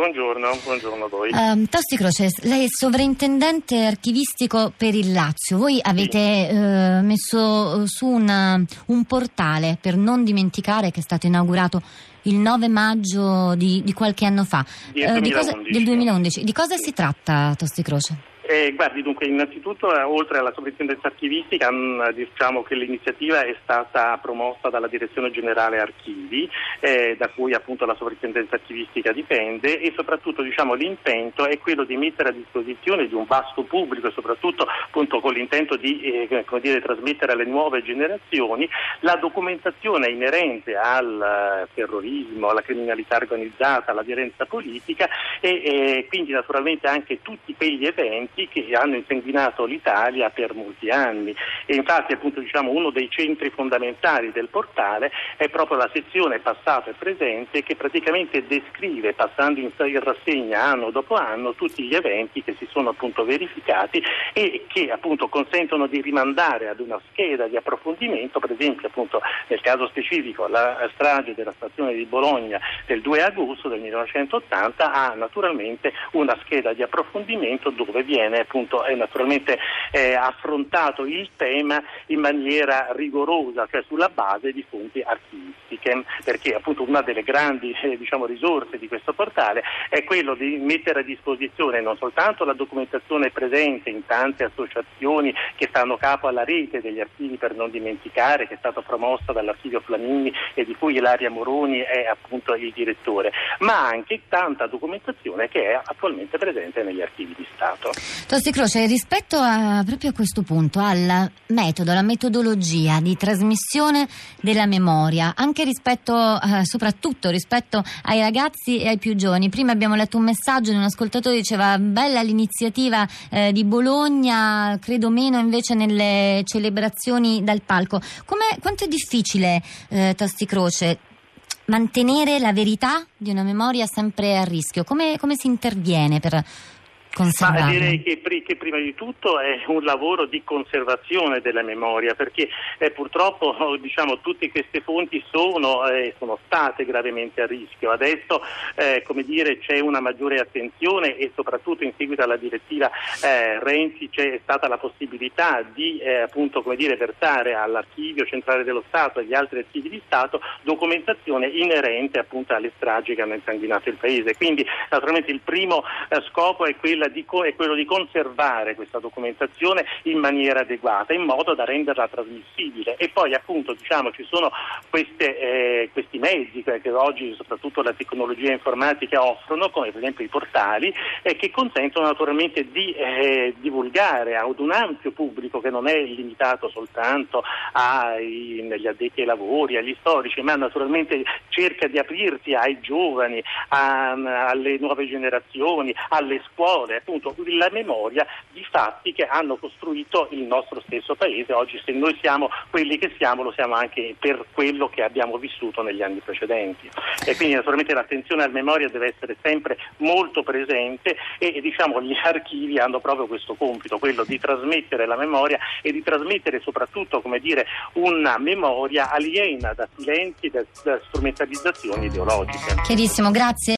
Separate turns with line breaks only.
buongiorno a voi.
Tosti Croce, lei è sovrintendente archivistico per il Lazio. Voi avete messo su un portale per non dimenticare, che è stato inaugurato il 9 maggio di qualche anno fa, del 2011. Di cosa si tratta, Tosti Croce?
Guardi, dunque, innanzitutto, oltre alla sovrintendenza archivistica, diciamo che l'iniziativa è stata promossa dalla Direzione Generale Archivi, da cui appunto la sovrintendenza archivistica dipende, e soprattutto, diciamo, l'intento è quello di mettere a disposizione di un vasto pubblico, e soprattutto appunto con l'intento di trasmettere alle nuove generazioni la documentazione inerente al terrorismo, alla criminalità organizzata, alla violenza politica e quindi naturalmente anche tutti quegli eventi che hanno insanguinato l'Italia per molti anni. E infatti appunto uno dei centri fondamentali del portale è proprio la sezione passato e presente, che praticamente descrive, passando in rassegna anno dopo anno, tutti gli eventi che si sono appunto verificati e che appunto consentono di rimandare ad una scheda di approfondimento. Per esempio appunto nel caso specifico la strage della stazione di Bologna del 2 agosto del 1980 ha naturalmente una scheda di approfondimento dove viene appunto naturalmente affrontato il tema in maniera rigorosa, cioè sulla base di fonti archivistiche, perché appunto una delle grandi risorse di questo portale è quello di mettere a disposizione non soltanto la documentazione presente in tante associazioni che stanno capo alla rete degli archivi per non dimenticare, che è stata promossa dall'Archivio Flamini e di cui Ilaria Moroni è appunto il direttore, ma anche tanta documentazione che è attualmente presente negli archivi di Stato.
Tosti Croce, rispetto proprio a questo punto, al metodo, alla metodologia di trasmissione della memoria, anche soprattutto rispetto ai ragazzi e ai più giovani. Prima abbiamo letto un messaggio di un ascoltatore che diceva: bella l'iniziativa di Bologna, credo meno invece nelle celebrazioni dal palco. Quanto è difficile, Tosti Croce, mantenere la verità di una memoria sempre a rischio? Come si interviene per conservarla?
Ma direi che prima di tutto è un lavoro di conservazione della memoria, perché purtroppo tutte queste fonti sono state gravemente a rischio. Adesso c'è una maggiore attenzione e soprattutto in seguito alla direttiva Renzi c'è stata la possibilità di versare all'Archivio Centrale dello Stato e agli altri archivi di Stato documentazione inerente appunto alle stragi che hanno insanguinato il Paese. Quindi naturalmente il primo scopo è quello di conservare questa documentazione in maniera adeguata, in modo da renderla trasmissibile. E poi appunto ci sono questi mezzi che oggi soprattutto la tecnologia informatica offrono, come per esempio i portali, che consentono naturalmente di divulgare ad un ampio pubblico, che non è limitato soltanto agli addetti ai lavori, agli storici, ma naturalmente cerca di aprirsi ai giovani, alle nuove generazioni, alle scuole, appunto la memoria di fatti che hanno costruito il nostro stesso Paese. Oggi, se noi siamo quelli che siamo, lo siamo anche per quello che abbiamo vissuto negli anni precedenti. E quindi naturalmente l'attenzione alla memoria deve essere sempre molto presente e gli archivi hanno proprio questo compito, quello di trasmettere la memoria e di trasmettere soprattutto una memoria aliena da silenzi, da strumentalizzazioni ideologiche.
Chiarissimo, grazie.